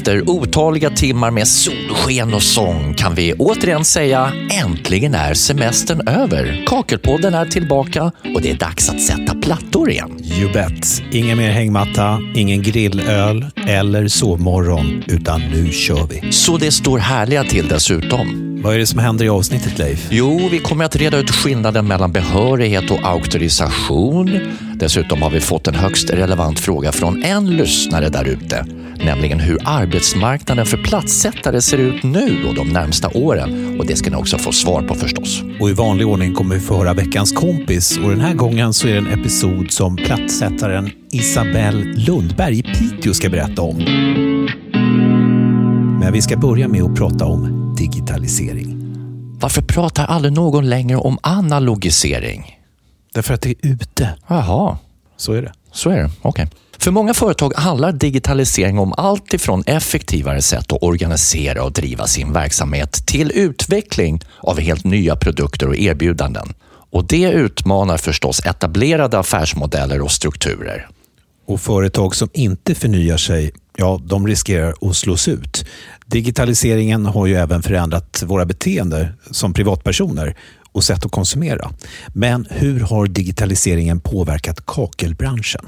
Efter otaliga timmar med solsken och sång kan vi återigen säga äntligen är semestern över. Kakelpodden är tillbaka och det är dags att sätta plattor igen. You bet. Ingen mer hängmatta, ingen grillöl eller sovmorgon, utan nu kör vi. Så det står härliga till dessutom. Vad är det som händer i avsnittet, Leif? Jo, vi kommer att reda ut skillnaden mellan behörighet och auktorisation. Dessutom har vi fått en högst relevant fråga från en lyssnare där ute. Nämligen hur arbetsmarknaden för platssättare ser ut nu och de närmsta åren. Och det ska ni också få svar på förstås. Och i vanlig ordning kommer vi få höra veckans kompis. Och den här gången så är det en episod som platssättaren Isabelle Lundberg i Piteå ska berätta om. Men vi ska börja med att prata om digitalisering. Varför pratar aldrig någon längre om analogisering? Därför att det är ute. Jaha. Så är det. Så är det, okej. För många företag handlar digitalisering om allt ifrån effektivare sätt att organisera och driva sin verksamhet till utveckling av helt nya produkter och erbjudanden. Och det utmanar förstås etablerade affärsmodeller och strukturer. Och företag som inte förnyar sig, ja, de riskerar att slås ut. Digitaliseringen har ju även förändrat våra beteenden som privatpersoner och sätt att konsumera. Men hur har digitaliseringen påverkat kakelbranschen?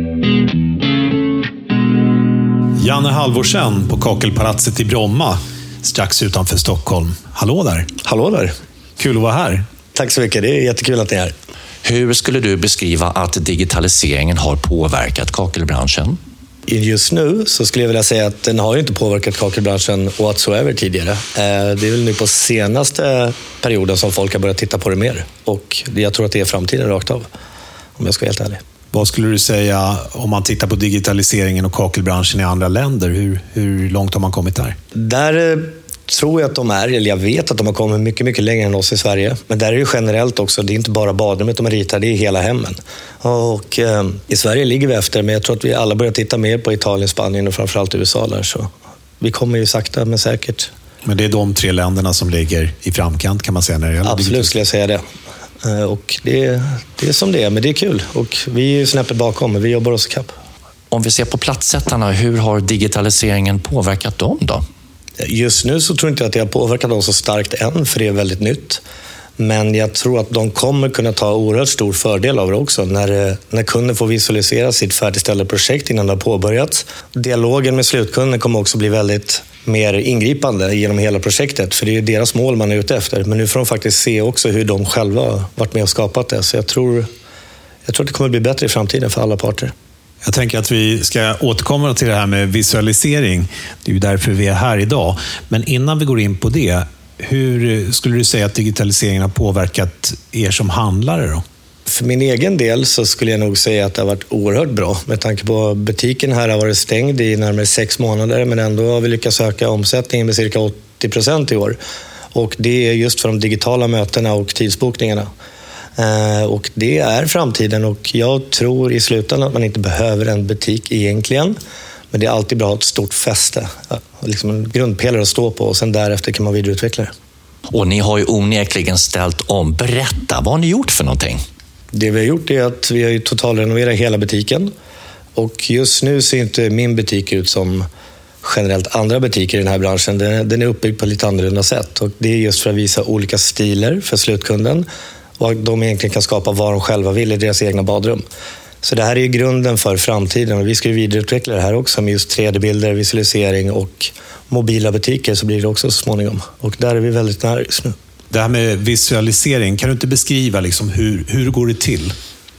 Janne Halvorsen på Kakelpalatset i Bromma, strax utanför Stockholm. Hallå där! Hallå där! Kul att vara här. Tack så mycket, det är jättekul att ni är här. Hur skulle du beskriva att digitaliseringen har påverkat kakelbranschen? Just nu så skulle jag vilja säga att den har ju inte påverkat kakelbranschen whatsoever tidigare. Det är väl nu på senaste perioden som folk har börjat titta på det mer. Och jag tror att det är framtiden rakt av, om jag ska vara helt ärlig. Vad skulle du säga om man tittar på digitaliseringen och kakelbranschen i andra länder? Hur långt har man kommit där? Där tror jag att de är, eller jag vet att de har kommit mycket, mycket längre än oss i Sverige. Men där är det generellt också, det är inte bara badrummet de ritar, det är hela hemmen. Och i Sverige ligger vi efter, men jag tror att vi alla börjar titta mer på Italien, Spanien och framförallt USA där. Så vi kommer ju sakta men säkert. Men det är de 3 länderna som ligger i framkant, kan man säga, när det gäller Absolut skulle jag säga det. Och det är som det är, men det är kul. Och vi är ju snäppet bakom, men vi jobbar oss i kapp. Om vi ser på platssättarna, hur har digitaliseringen påverkat dem då? Just nu så tror jag inte att det har påverkat dem så starkt än, för det är väldigt nytt. Men jag tror att de kommer kunna ta oerhört stor fördel av det också när kunden får visualisera sitt färdigställda projekt innan det har påbörjats. Dialogen med slutkunden kommer också bli väldigt mer ingripande genom hela projektet, för det är deras mål man är ute efter. Men nu får de faktiskt se också hur de själva varit med och skapat det. Så jag tror att det kommer bli bättre i framtiden för alla parter. Jag tänker att vi ska återkomma till det här med visualisering. Det är ju därför vi är här idag. Men innan vi går in på det, hur skulle du säga att digitaliseringen har påverkat er som handlare då? För min egen del så skulle jag nog säga att det har varit oerhört bra. Med tanke på butiken här har varit stängd i närmare 6 månader. Men ändå har vi lyckats öka omsättningen med cirka 80% i år. Och det är just för de digitala mötena och tidsbokningarna. Och det är framtiden, och jag tror i slutändan att man inte behöver en butik egentligen. Men det är alltid bra att ha ett stort fäste. Liksom en grundpelare att stå på, och sen därefter kan man vidareutveckla det. Och ni har ju onekligen ställt om. Berätta, vad har ni gjort för någonting? Det vi har gjort är att vi har totalrenoverat hela butiken. Och just nu ser inte min butik ut som generellt andra butiker i den här branschen. Den är uppbyggd på lite annorlunda sätt. Och det är just för att visa olika stilar för slutkunden. Och att de egentligen kan skapa vad de själva vill i deras egna badrum. Så det här är ju grunden för framtiden, och vi ska ju vidareutveckla det här också med just 3D-bilder, visualisering och mobila butiker, så blir det också så småningom. Och där är vi väldigt nära just nu. Det här med visualisering, kan du inte beskriva liksom hur går det till?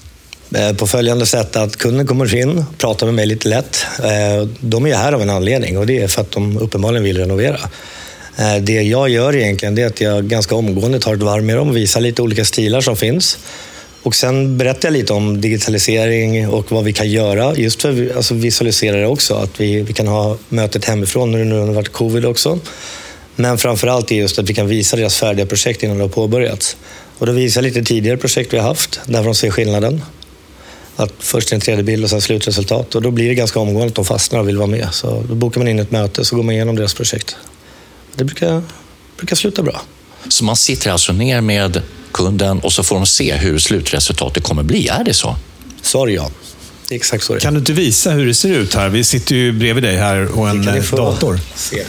På följande sätt att kunden kommer in, pratar med mig lite lätt. De är här av en anledning, och det är för att de uppenbarligen vill renovera. Det jag gör egentligen är att jag ganska omgående tar ett varv med dem och visar lite olika stilar som finns. Och sen berättar jag lite om digitalisering och vad vi kan göra just för att visualisera det också. Att vi kan ha mötet hemifrån när det nu har varit covid också. Men framförallt är just att vi kan visa deras färdiga projekt innan det har påbörjats. Och då visar jag lite tidigare projekt vi har haft, där de ser skillnaden. Att först en 3D-bild och sen slutresultat. Och då blir det ganska omgående att de fastnar och vill vara med. Så då bokar man in ett möte, så går man igenom deras projekt. Det brukar sluta bra. Så man sitter alltså ner med kunden och så får de se hur slutresultatet kommer bli, är det så? Sorry, ja. Det är exakt så det är. Kan du inte visa hur det ser ut här? Vi sitter ju bredvid dig här och en dator. Se.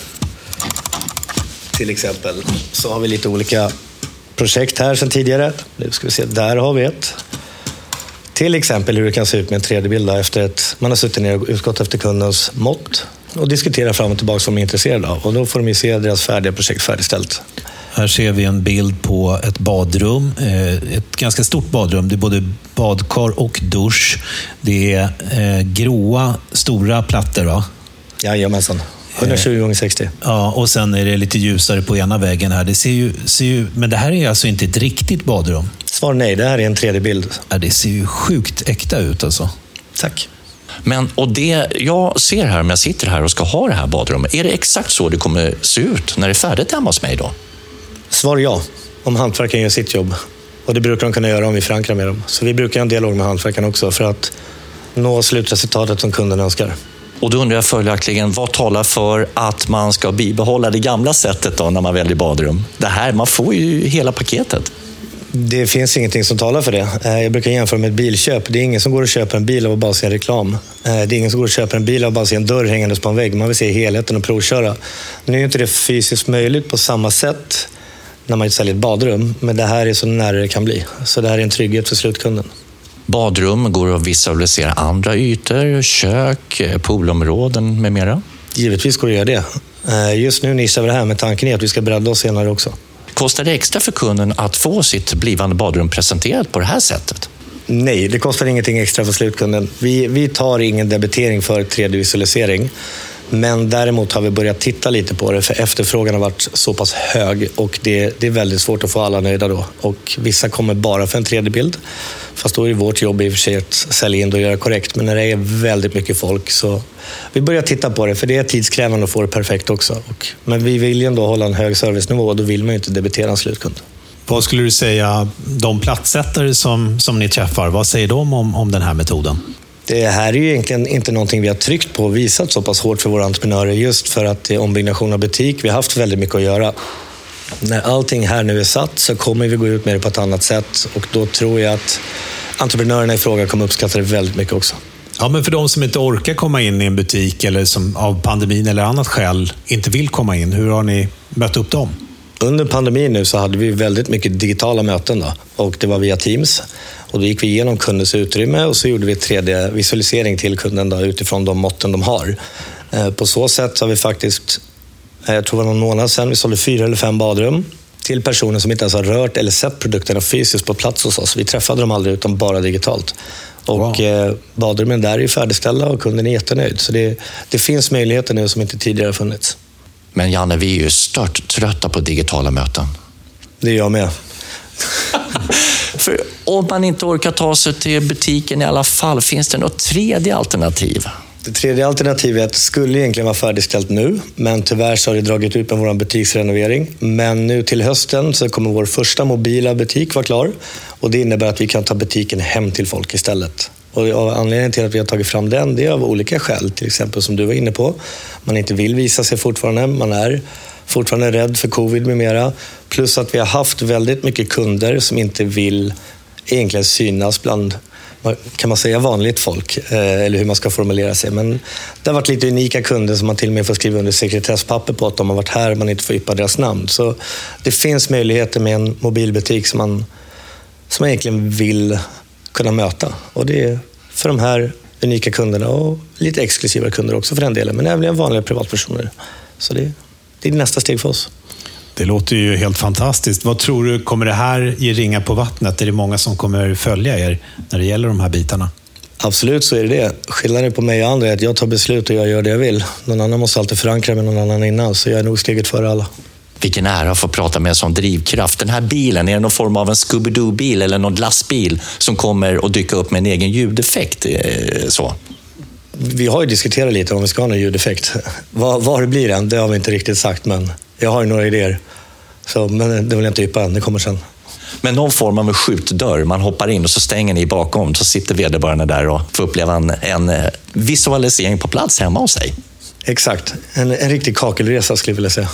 Till exempel så har vi lite olika projekt här sedan tidigare. Nu ska vi se, där har vi ett. Till exempel hur det kan se ut med en 3D-bild efter man har suttit ner och utgått efter kundens mått och diskuterat fram och tillbaka vad de är intresserade av. Och då får de ju se deras färdiga projekt färdigställt. Här ser vi en bild på ett badrum. Ett ganska stort badrum. Det är både badkar och dusch. Det är gråa, stora plattor, va? Jajamensan. 120x60. Ja, och sen är det lite ljusare på ena väggen här. Det ser ju, men det här är alltså inte ett riktigt badrum. Svar nej, det här är en 3D-bild. Ja, det ser ju sjukt äkta ut alltså. Tack. Men, och det jag ser här, om jag sitter här och ska ha det här badrummet, är det exakt så det kommer se ut när det är färdigt hemma hos mig då? Svar ja, om hantverkaren gör sitt jobb. Och det brukar de kunna göra om vi förankrar med dem. Så vi brukar ha en dialog med hantverkaren också för att nå slutresultatet som kunden önskar. Och då undrar jag följaktligen, vad talar för att man ska bibehålla det gamla sättet då när man väljer badrum? Det här, man får ju hela paketet. Det finns ingenting som talar för det. Jag brukar jämföra med ett bilköp. Det är ingen som går och köper en bil av att bara se en reklam. Det är ingen som går och köper en bil av att bara se en dörr hängandes på en vägg. Man vill se helheten och provköra. Nu är inte det fysiskt möjligt på samma sätt när man säljer ett badrum. Men det här är så nära det kan bli. Så det här är en trygghet för slutkunden. Badrum går att visualisera andra ytor, kök, poolområden med mera? Givetvis går det att göra det. Just nu nischar vi det här med tanken är att vi ska bredda oss senare också. Kostar det extra för kunden att få sitt blivande badrum presenterat på det här sättet? Nej, det kostar ingenting extra för slutkunden. Vi tar ingen debitering för 3D-visualisering. Men däremot har vi börjat titta lite på det för efterfrågan har varit så pass hög och det är väldigt svårt att få alla nöjda då. Och vissa kommer bara för en 3D-bild. Fast då är det vårt jobb i och för sig att sälja in det och göra korrekt. Men när det är väldigt mycket folk så vi börjar titta på det för det är tidskrävande att få det perfekt också. Men vi vill ju ändå hålla en hög servicenivå och då vill man ju inte debitera en slutkund. Vad skulle du säga, de platssättare som ni träffar, vad säger de om den här metoden? Det här är ju egentligen inte någonting vi har tryckt på och visat så pass hårt för våra entreprenörer just för att det är ombyggnation av butik. Vi har haft väldigt mycket att göra. När allting här nu är satt så kommer vi gå ut med det på ett annat sätt och då tror jag att entreprenörerna i fråga kommer uppskatta det väldigt mycket också. Ja, men för de som inte orkar komma in i en butik eller som av pandemin eller annat skäl inte vill komma in, hur har ni mött upp dem? Under pandemin nu så hade vi väldigt mycket digitala möten då, och det var via Teams. Och då gick vi igenom kundens utrymme och så gjorde vi 3D-visualisering till kunden då, utifrån de måtten de har. På så sätt har vi faktiskt, jag tror det var någon månad sedan, vi sålde 4 eller 5 badrum till personer som inte ens har rört eller sett produkterna fysiskt på plats hos oss. Vi träffade dem aldrig utan bara digitalt. Och badrummen där är färdigställda och kunden är jättenöjd. Så det finns möjligheter nu som inte tidigare har funnits. Men Janne, vi är ju stört trötta på digitala möten. Det är jag med. För om man inte orkar ta sig till butiken i alla fall, finns det något tredje alternativ? Det tredje alternativet skulle egentligen vara färdigställt nu, men tyvärr så har det dragit ut med vår butiksrenovering. Men nu till hösten så kommer vår första mobila butik vara klar och det innebär att vi kan ta butiken hem till folk istället. Och anledningen till att vi har tagit fram den, det är av olika skäl, till exempel som du var inne på. Man inte vill visa sig fortfarande, man är fortfarande rädd för covid med mera. Plus att vi har haft väldigt mycket kunder som inte vill egentligen synas bland, kan man säga, vanligt folk, eller hur man ska formulera sig. Men det har varit lite unika kunder som man till och med får skriva under sekretesspapper på att de har varit här, man inte får yppa deras namn. Så det finns möjligheter med en mobilbutik som man egentligen vill kunna möta. Och det är för de här unika kunderna och lite exklusiva kunder också för den delen, men även vanliga privatpersoner. Så det är nästa steg för oss. Det låter ju helt fantastiskt. Vad tror du, kommer det här ge ringa på vattnet? Är det många som kommer följa er när det gäller de här bitarna? Absolut, så är det. Skillnaden på mig och andra är att jag tar beslut och jag gör det jag vill. Någon annan måste alltid förankra med någon annan innan, så jag är nog steget före alla. Vilken ära att få prata med som drivkraft. Den här bilen, är det någon form av en Scooby-Doo-bil eller någon lastbil som kommer att dyka upp med en egen ljudeffekt? Så. Vi har ju diskuterat lite om vi ska ha en ljudeffekt. Vad det blir än, det har vi inte riktigt sagt, men jag har ju några idéer. Så, men det vill jag inte yppa än, det kommer sen. Men någon form av skjutdörr, man hoppar in och så stänger ni bakom, så sitter vederbörande där och får uppleva en visualisering på plats hemma hos sig. Exakt, en riktig kakelresa skulle jag vilja säga.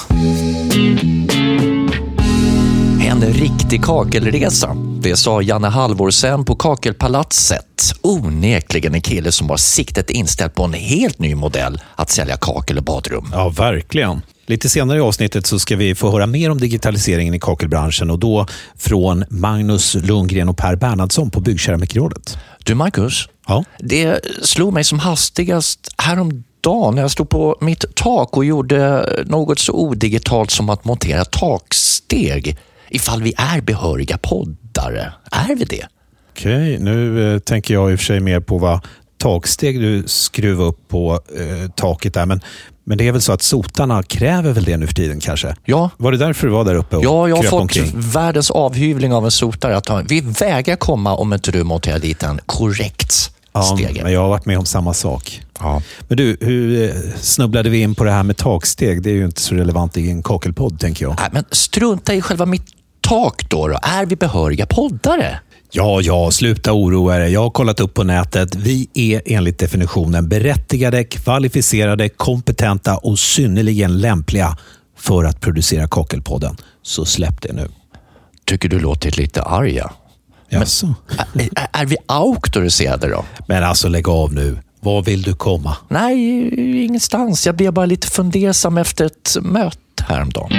En riktig kakelresa, det sa Janne Halvorsen på Kakelpalatset. Onekligen en kille som har siktet inställt på en helt ny modell att sälja kakel och badrum. Ja, verkligen. Lite senare i avsnittet så ska vi få höra mer om digitaliseringen i kakelbranschen och då från Magnus Lundgren och Per Bernhardsson på Byggkeramikrådet. Du Marcus, ja? Det slog mig som hastigast häromdagen när jag stod på mitt tak och gjorde något så odigitalt som att montera taksteg ifall vi är behöriga poddare. Är vi det? Okej, nu tänker jag i och för sig mer på vad taksteg du skruvar upp på taket där, men det är väl så att sotarna kräver väl det nu för tiden kanske? Ja. Var det därför du var där uppe och ja, jag har fått omkring? Världens avhyvling av en sotare att vi vägrar komma om inte du monterar dit en korrekt stege. Ja, men jag har varit med om samma sak. Ja. Men du, hur snubblade vi in på det här med taksteg? Det är ju inte så relevant i en kakelpodd, tänker jag. Nej, men strunta i själva mitt tak då. Är vi behöriga poddare? Ja, sluta oroa er. Jag har kollat upp på nätet. Vi är enligt definitionen berättigade, kvalificerade, kompetenta och synnerligen lämpliga för att producera Kakelpodden. Så släpp det nu. Tycker du låter lite arga. Jaså? Är vi auktoriserade då? Men alltså lägg av nu. Var vill du komma? Nej, ingenstans. Jag blev bara lite fundersam efter ett möte häromdagen.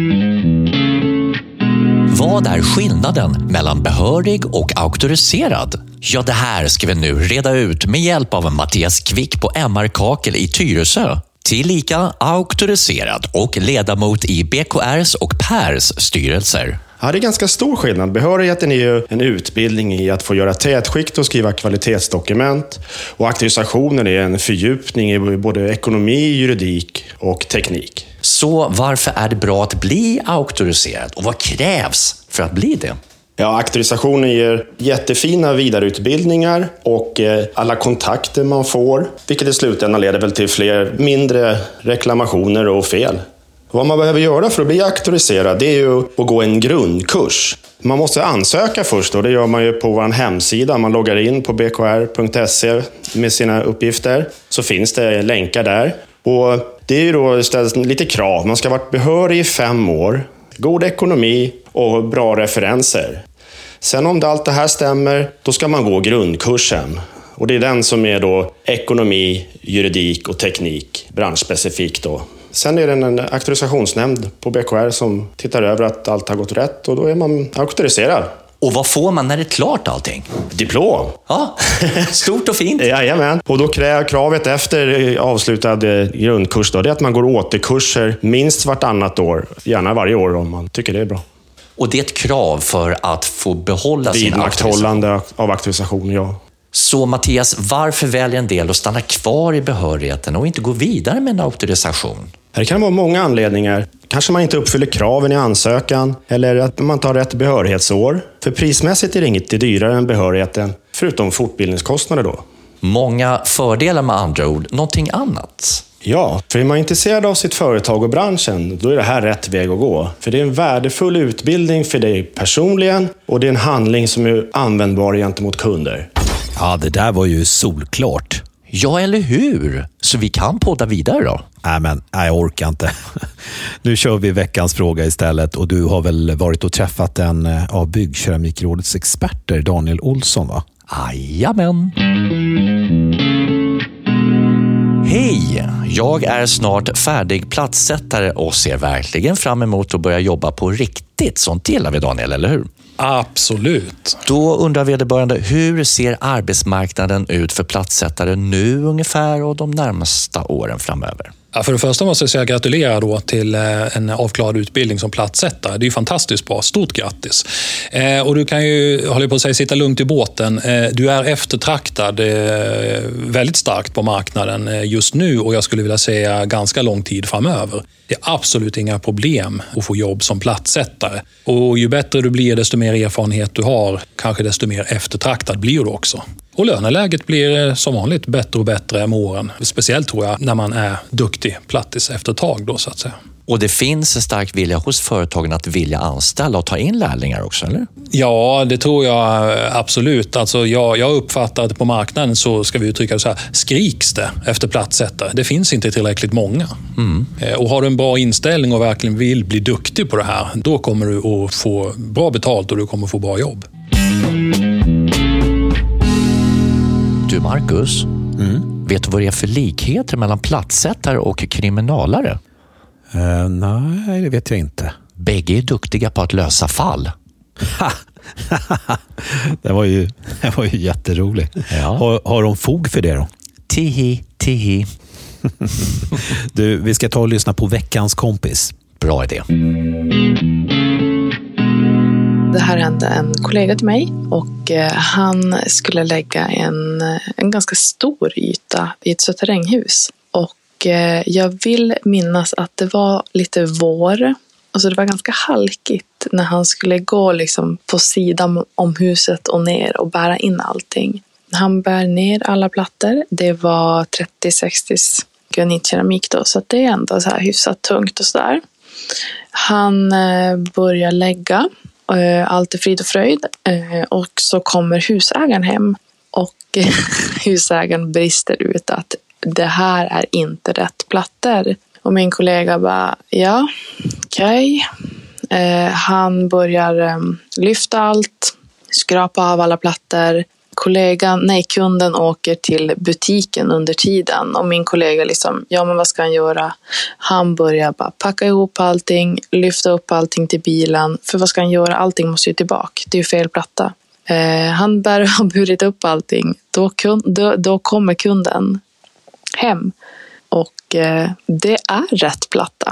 Vad är skillnaden mellan behörig och auktoriserad? Ja, det här ska vi nu reda ut med hjälp av Mattias Kvick på MR Kakel i Tyresö. Tillika auktoriserad och ledamot i BKRs och PERs styrelser. Ja, det är ganska stor skillnad. Behörigheten är ju en utbildning i att få göra tätskikt och skriva kvalitetsdokument. Och auktorisationen är en fördjupning i både ekonomi, juridik och teknik. Så varför är det bra att bli auktoriserad och vad krävs för att bli det? Ja, auktorisationen ger jättefina vidareutbildningar och alla kontakter man får, vilket i slutändan leder väl till fler mindre reklamationer och fel. Vad man behöver göra för att bli auktoriserad, det är ju att gå en grundkurs. Man måste ansöka först och det gör man ju på vår hemsida. Man loggar in på bkr.se med sina uppgifter, så finns det länkar där. Och det är ju då istället lite krav. Man ska ha varit behörig i 5 år, god ekonomi och bra referenser. Sen om allt det här stämmer, då ska man gå grundkursen. Och det är den som är då ekonomi, juridik och teknik, branschspecifikt då. Sen är det en auktorisationsnämnd på BKR som tittar över att allt har gått rätt och då är man auktoriserad. Och vad får man när det är klart allting? Diplom. Ja, stort och fint. Jajamän. Och då kravet efter avslutad grundkurs då, det är att man går återkurser minst vartannat år. Gärna varje år om man tycker det är bra. Och det är ett krav för att få behålla sin auktorisation? Vidmakthållande av auktorisation, ja. Så Mattias, varför väljer en del att stanna kvar i behörigheten och inte gå vidare med en auktorisation? Det kan vara många anledningar. Kanske man inte uppfyller kraven i ansökan eller att man tar rätt behörighetsår. För prismässigt är det inget dyrare än behörigheten, förutom fortbildningskostnader då. Många fördelar med andra ord, någonting annat. Ja, för är man intresserad av sitt företag och branschen, då är det här rätt väg att gå. För det är en värdefull utbildning för dig personligen och det är en handling som är användbar gentemot kunder. Ja, det där var ju solklart. Ja, eller hur? Så vi kan podda vidare då? Nej, jag orkar inte. Nu kör vi veckans fråga istället och du har väl varit och träffat en av Byggkeramikrådets experter, Daniel Olsson, va? Jajamän. Hej! Jag är snart färdig platssättare och ser verkligen fram emot att börja jobba på riktigt. Sånt gillar vi, Daniel, eller hur? Absolut. Då undrar vederbörande, hur ser arbetsmarknaden ut för platssättare nu ungefär och de närmaste åren framöver? Ja, för det första måste jag säga gratulerar då till en avklarad utbildning som platssättare. Det är ju fantastiskt bra. Stort grattis. Och du kan ju, håller på att säga, sitta lugnt i båten. Du är eftertraktad väldigt starkt på marknaden just nu och jag skulle vilja säga ganska lång tid framöver. Det är absolut inga problem att få jobb som platssättare. Och ju bättre du blir, desto mer erfarenhet du har, kanske desto mer eftertraktad blir du också. Och löneläget blir som vanligt bättre och bättre med åren. Speciellt tror jag när man är duktig plattis efter ett tag då, så att säga. Och det finns en stark vilja hos företagen att vilja anställa och ta in lärlingar också, eller? Ja, det tror jag absolut. Alltså jag uppfattar att på marknaden så ska vi uttrycka det så här, skriks det efter platssättare. Det finns inte tillräckligt många. Och har du en bra inställning och verkligen vill bli duktig på det här, då kommer du att få bra betalt och du kommer få bra jobb. Du Marcus, vet du vad det är för likheter mellan plattsättare och kriminalare? Nej, det vet jag inte. Bägge är duktiga på att lösa fall. Det var ju jätteroligt. Ja. Har de fog för det då? Tihi. Du, vi ska ta och lyssna på veckans kompis. Bra idé. Det här hände en kollega till mig och han skulle lägga en ganska stor yta i ett suterränghus. Och jag vill minnas att det var lite vår. Alltså det var ganska halkigt när han skulle gå liksom på sidan om huset och ner och bära in allting. Han bär ner alla plattor. Det var 30-60 granitkeramik då, så att det är ändå så här hyfsat tungt och sådär. Han börjar lägga. Allt är frid och fröjd. Och så kommer husägaren hem. Och husägaren brister ut att det här är inte rätt plattor. Och min kollega bara, ja, okej. Han börjar lyfta allt. Skrapa av alla plattor. Kunden åker till butiken under tiden. Och min kollega liksom, ja men vad ska han göra? Han börjar bara packa ihop allting. Lyfta upp allting till bilen. För vad ska han göra? Allting måste ju tillbaka. Det är ju fel platta. Han har burit upp allting. Då kommer kunden hem. Och det är rätt platta.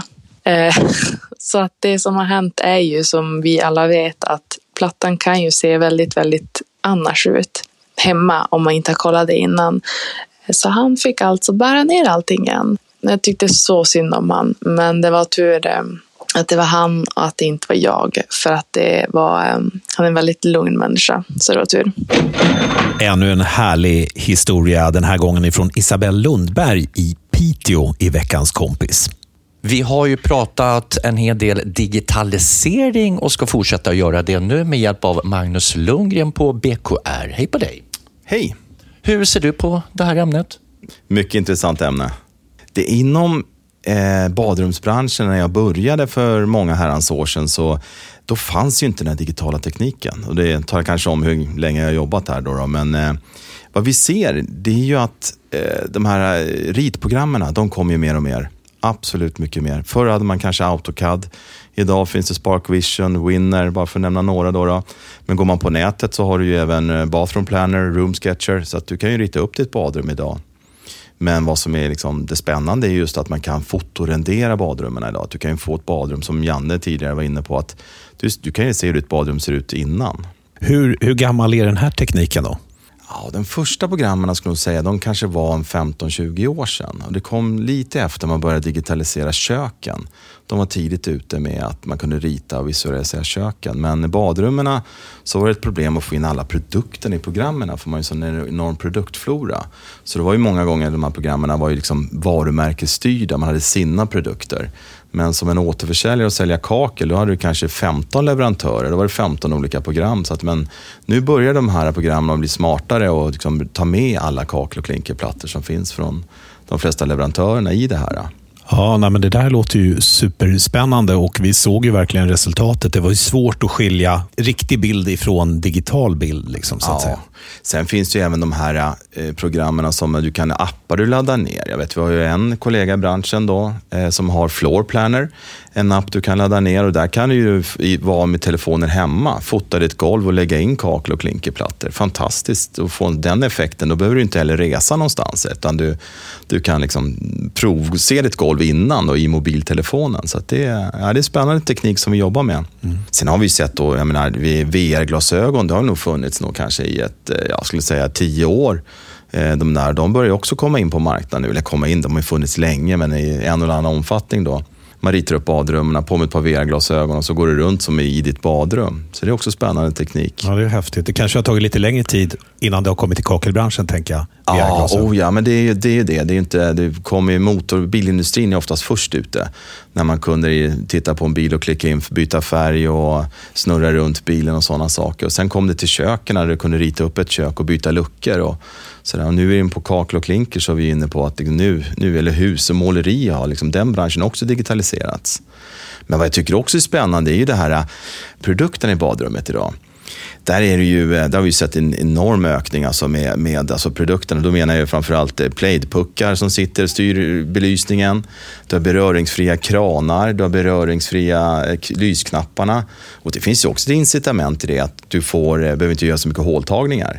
Så att det som har hänt är ju som vi alla vet att plattan kan ju se väldigt, väldigt annars ut hemma om man inte har kollat det innan. Så han fick alltså bära ner allting igen. Jag tyckte så synd om han, men det var tur att det var han och att det inte var jag, för att det var han är en väldigt lugn människa, så det var tur. Ännu en härlig historia, den här gången ifrån Isabelle Lundberg i Piteå i veckans kompis. Vi har ju pratat en hel del digitalisering och ska fortsätta att göra det nu med hjälp av Magnus Lundgren på BKR. Hej på dig! Hej! Hur ser du på det här ämnet? Mycket intressant ämne. Det är inom badrumsbranschen, när jag började för många herrans år sedan, så då fanns ju inte den här digitala tekniken. Och det tar kanske om hur länge jag har jobbat här då. Men vad vi ser, det är ju att de här ritprogrammen, de kommer ju mer och mer. Absolut mycket mer. Förr hade man kanske AutoCAD. Idag finns det Spark Vision, Winner, bara för att nämna några då. Men går man på nätet så har du ju även Bathroom Planner, Room Sketcher. Så att du kan ju rita upp ditt badrum idag. Men vad som är liksom det spännande är just att man kan fotorendera badrummen idag. Att du kan ju få ett badrum som Janne tidigare var inne på. Att du kan ju se hur ditt badrum ser ut innan. Hur gammal är den här tekniken då? Ja, den första programmen skulle jag säga, de kanske var 15-20 år sedan. Och det kom lite efter man började digitalisera köken. De var tidigt ute med att man kunde rita och visualisera köken. Men i badrummen så var det ett problem att få in alla produkter i programmen. För man har ju sån enorm produktflora. Så det var ju många gånger de här programmen var ju liksom varumärkesstyrda. Man hade sina produkter. Men som en återförsäljare och sälja kakel, då hade du kanske 15 leverantörer. Då var det 15 olika program. Så att, men nu börjar de här programmen att bli smartare och liksom ta med alla kakel- och klinkerplattor som finns från de flesta leverantörerna i det här. Ja, men det där låter ju superspännande och vi såg ju verkligen resultatet. Det var ju svårt att skilja riktig bild ifrån digital bild liksom, så att säga. Sen finns det ju även de här programmen som du kan appar du laddar ner. Jag vet, vi har ju en kollega i branschen då som har Floor Planner. En app du kan ladda ner och där kan du ju vara med telefonen hemma, fota ditt golv och lägga in kakel- och klinkerplattor. Fantastiskt att få den effekten. Då behöver du inte heller resa någonstans, utan du kan liksom provse ditt golv innan och i mobiltelefonen. Så att det är spännande teknik som vi jobbar med. Sen har vi sett då, jag menar, VR-glasögon, det har nog funnits nog kanske i jag skulle säga 10 år. De börjar också komma in på marknaden nu, eller komma in, de har ju funnits länge men i en eller annan omfattning då. Man ritar upp badrummen på med ett par VR-glasögon och så går det runt som i ditt badrum. Så det är också spännande teknik. Ja, det är häftigt. Det kanske har tagit lite längre tid innan det har kommit till kakelbranschen, tänker jag. Ja, men det är ju det. Det är inte, det kommer ju bilindustrin är oftast först ute. När man kunde titta på en bil och klicka in för byta färg och snurra runt bilen och sådana saker. Och sen kom det till köken när du kunde rita upp ett kök och byta luckor och sådär. Och nu är vi inne på kakel och klinker, så är vi inne på att nu eller hus och måleri har liksom den branschen också digitaliserats. Men vad jag tycker också är spännande är ju det här produkten i badrummet idag. där är det ju, där har vi sett en enorm ökning alltså med alltså produkterna. Då menar jag framförallt plaidpuckar som sitter och styr belysningen. Du har beröringsfria kranar, du har beröringsfria lysknapparna. Och det finns ju också ett incitament i det att du behöver inte göra så mycket håltagningar.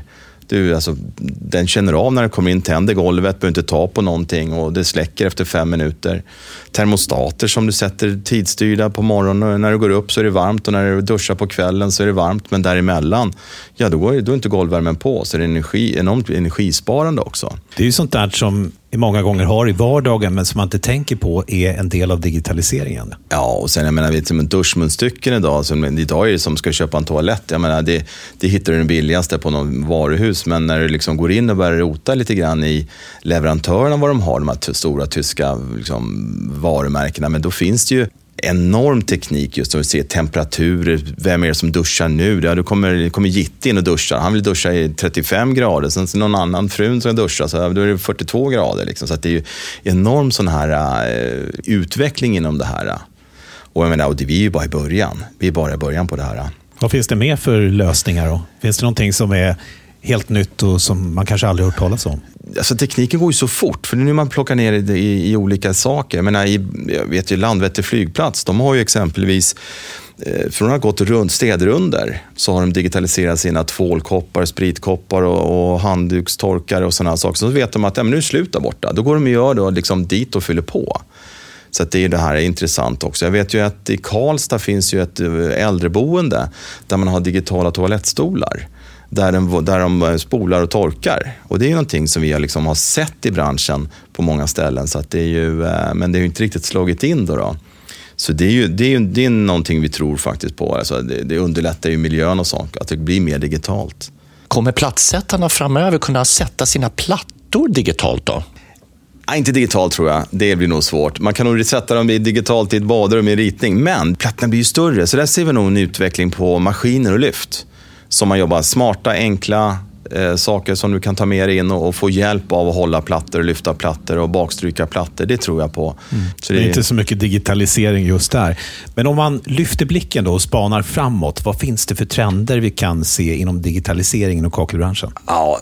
Den känner av när det kommer in, tänder golvet, behöver inte ta på någonting och det släcker efter 5 minuter. Termostater som du sätter tidsstyrda på morgonen och när du går upp så är det varmt och när du duschar på kvällen så är det varmt, men däremellan, ja då är inte golvvärmen på, så det är enormt energisparande också. Det är ju sånt där som vi många gånger har i vardagen men som man inte tänker på är en del av digitaliseringen. Ja, och sen jag menar, vet du, duschmunstycken idag är det som ska köpa en toalett, jag menar det hittar du den billigaste på någon varuhus, men när du liksom går in och börjar rota lite grann i leverantörerna vad de har, de här stora tyska liksom, varumärkena, men då finns det ju enorm teknik just som vi ser temperaturer, vem är det som duschar nu? Ja, då kommer Gitt in och duschar. Han vill duscha i 35 grader, sen någon annan frun som duschar så då är det 42 grader liksom. Så att det är ju enorm sån här utveckling inom det här. Och jag menar, vi är ju bara i början. Vi är bara i början på det här. Vad finns det mer för lösningar då? Finns det någonting som är helt nytt och som man kanske aldrig hört talas om? Alltså tekniken går ju så fort, för nu man plockar ner det i olika saker. Men jag vet ju Landvetter flygplats, de har ju exempelvis från att ha gått runt städrunder så har de digitaliserat sina tvålkoppar, spritkoppar och handdukstorkare och sådana saker. Så vet de att nu är det slut där borta. Då går de och gör då liksom dit och fyller på. Så att det här är intressant också. Jag vet ju att i Karlstad finns ju ett äldreboende där man har digitala toalettstolar. Där de spolar och torkar. Och det är ju någonting som vi liksom har sett i branschen på många ställen. Så att det är ju, men det är ju inte riktigt slagit in då. Så det är någonting vi tror faktiskt på. Alltså det underlättar ju miljön och sånt, att det blir mer digitalt. Kommer plattsättarna framöver kunna sätta sina plattor digitalt då? Nej, inte digitalt tror jag. Det blir nog svårt. Man kan nog sätta dem digitalt i ett badrum i ritning. Men plattorna blir ju större. Så där ser vi nog en utveckling på maskiner och lyft. Som man jobbar smarta, enkla saker som du kan ta med dig in och få hjälp av att hålla plattor, lyfta plattor och bakstryka plattor. Det tror jag på. Så det är inte så mycket digitalisering just där. Men om man lyfter blicken då och spanar framåt, vad finns det för trender vi kan se inom digitaliseringen och kakelbranschen? Ja,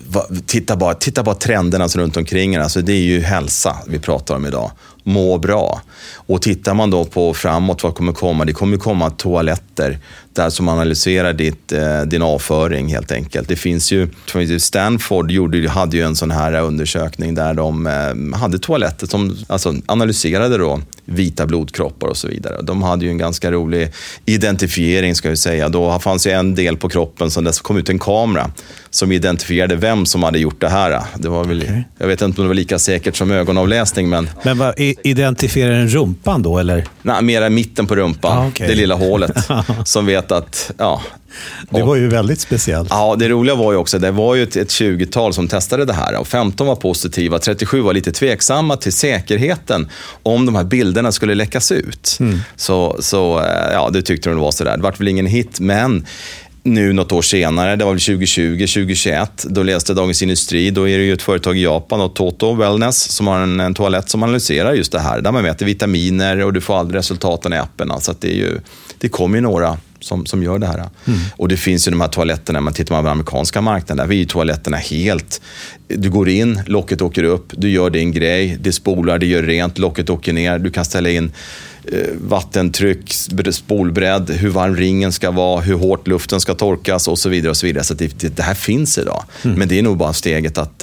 titta bara trenderna runt omkring. Alltså det är ju hälsa vi pratar om idag. Må bra. Och tittar man då på framåt vad kommer komma? Det kommer komma toaletter där som analyserar din avföring helt enkelt. Det finns ju, Stanford hade ju en sån här undersökning där de hade toaletter som alltså analyserade då vita blodkroppar och så vidare. De hade ju en ganska rolig identifiering ska vi säga. Då fanns ju en del på kroppen som det kom ut en kamera som identifierade vem som hade gjort det här. Det var väl, jag vet inte om det var lika säkert som ögonavläsning. Men vad identifierar den rumpan då eller? Nej, mera mitten på rumpan. Det lilla hålet som vet att det var ju väldigt speciellt. Ja, det roliga var ju också, det var ju ett 20-tal som testade det här och 15 var positiva, 37 var lite tveksamma till säkerheten om de här bilderna skulle läckas ut. Så det tyckte de var sådär. Det var väl ingen hit, men nu något år senare, det var väl 2020, 2021, då läste Dagens Industri, då är det ju ett företag i Japan, och Toto Wellness, som har en toalett som analyserar just det här, där man mäter vitaminer och du får aldrig resultaten i appen. Så att det kommer ju några som gör det här. Och det finns ju de här toaletterna, man tittar på den amerikanska marknaden, där är ju toaletterna helt, du går in, locket åker upp, du gör din grej, det spolar, det gör rent, locket åker ner, du kan ställa in vattentryck, spolbredd, hur varm ringen ska vara, hur hårt luften ska torkas och så vidare och så vidare. Så att det här finns idag. Men det är nog bara steget att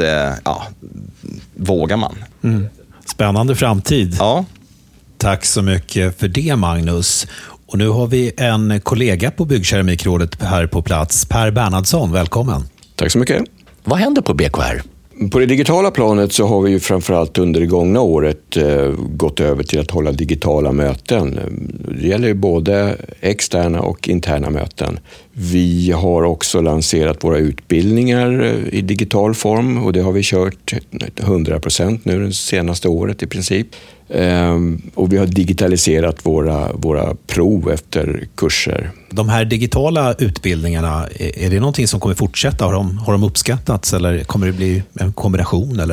vågar man. Spännande framtid. Ja. Tack så mycket för det, Magnus. Och nu har vi en kollega på Byggkeramikrådet här på plats, Per Bernhardsson, välkommen. Tack så mycket. Vad händer på BKR? På det digitala planet så har vi ju framförallt under det gångna året gått över till att hålla digitala möten. Det gäller ju både externa och interna möten. Vi har också lanserat våra utbildningar i digital form och det har vi kört 100% nu det senaste året i princip. Och vi har digitaliserat våra prov efter kurser. De här digitala utbildningarna, är det någonting som kommer fortsätta? Har de uppskattats eller kommer det bli en kombination? Eller?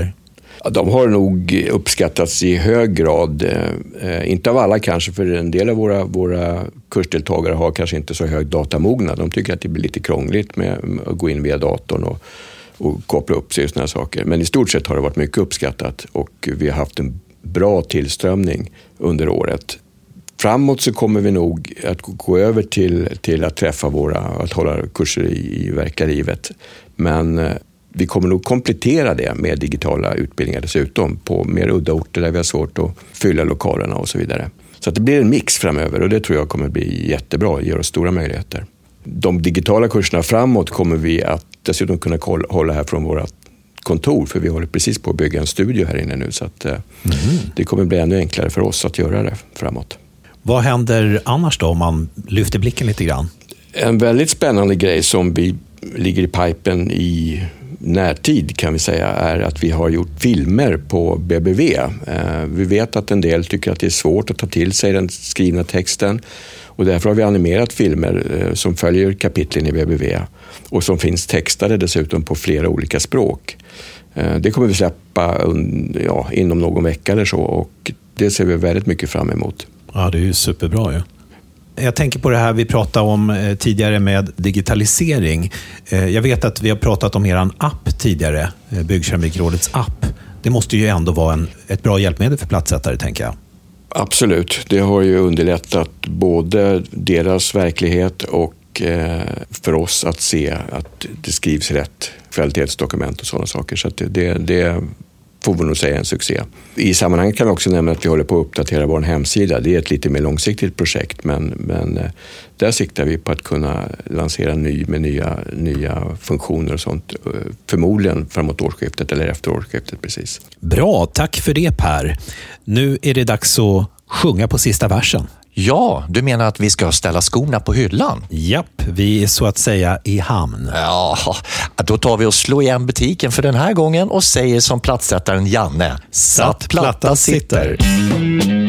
Ja, de har nog uppskattats i hög grad. Inte av alla kanske, för en del av våra kursdeltagare har kanske inte så hög datamognad. De tycker att det blir lite krångligt med att gå in via datorn och koppla upp sig och såna här saker. Men i stort sett har det varit mycket uppskattat och vi har haft en bra tillströmning under året. Framåt så kommer vi nog att gå över till att träffa att hålla kurser i verkliga livet. Men vi kommer nog komplettera det med digitala utbildningar dessutom på mer udda orter där vi har svårt att fylla lokalerna och så vidare. Så att det blir en mix framöver och det tror jag kommer bli jättebra, ger oss stora möjligheter. De digitala kurserna framåt kommer vi att dessutom kunna hålla här från våra kontor, för vi håller precis på att bygga en studio här inne nu, så att det kommer bli ännu enklare för oss att göra det framåt. Vad händer annars då om man lyfter blicken lite grann? En väldigt spännande grej som vi ligger i pipen i närtid kan vi säga är att vi har gjort filmer på BBV. Vi vet att en del tycker att det är svårt att ta till sig den skrivna texten och därför har vi animerat filmer som följer kapitlen i BBV och som finns textade dessutom på flera olika språk. Det kommer vi släppa inom någon vecka eller så och det ser vi väldigt mycket fram emot. Ja, det är ju superbra ju. Jag tänker på det här vi pratade om tidigare med digitalisering. Jag vet att vi har pratat om eran app tidigare, Byggkeramikrådets app. Det måste ju ändå vara ett bra hjälpmedel för platssättare, tänker jag. Absolut, det har ju underlättat både deras verklighet och för oss att se att det skrivs rätt kvalitetsdokument och sådana saker. Så att det får vi nog säga en succé. I sammanhanget kan vi också nämna att vi håller på att uppdatera vår hemsida. Det är ett lite mer långsiktigt projekt, men där siktar vi på att kunna lansera med nya funktioner och sånt. Förmodligen framåt årsskiftet eller efter årsskiftet precis. Bra, tack för det Per. Nu är det dags att sjunga på sista versen. Ja, du menar att vi ska ställa skorna på hyllan? Japp, vi är så att säga i hamn. Ja, då tar vi och slår igen butiken för den här gången och säger som platssättaren Janne: satt platta sitter.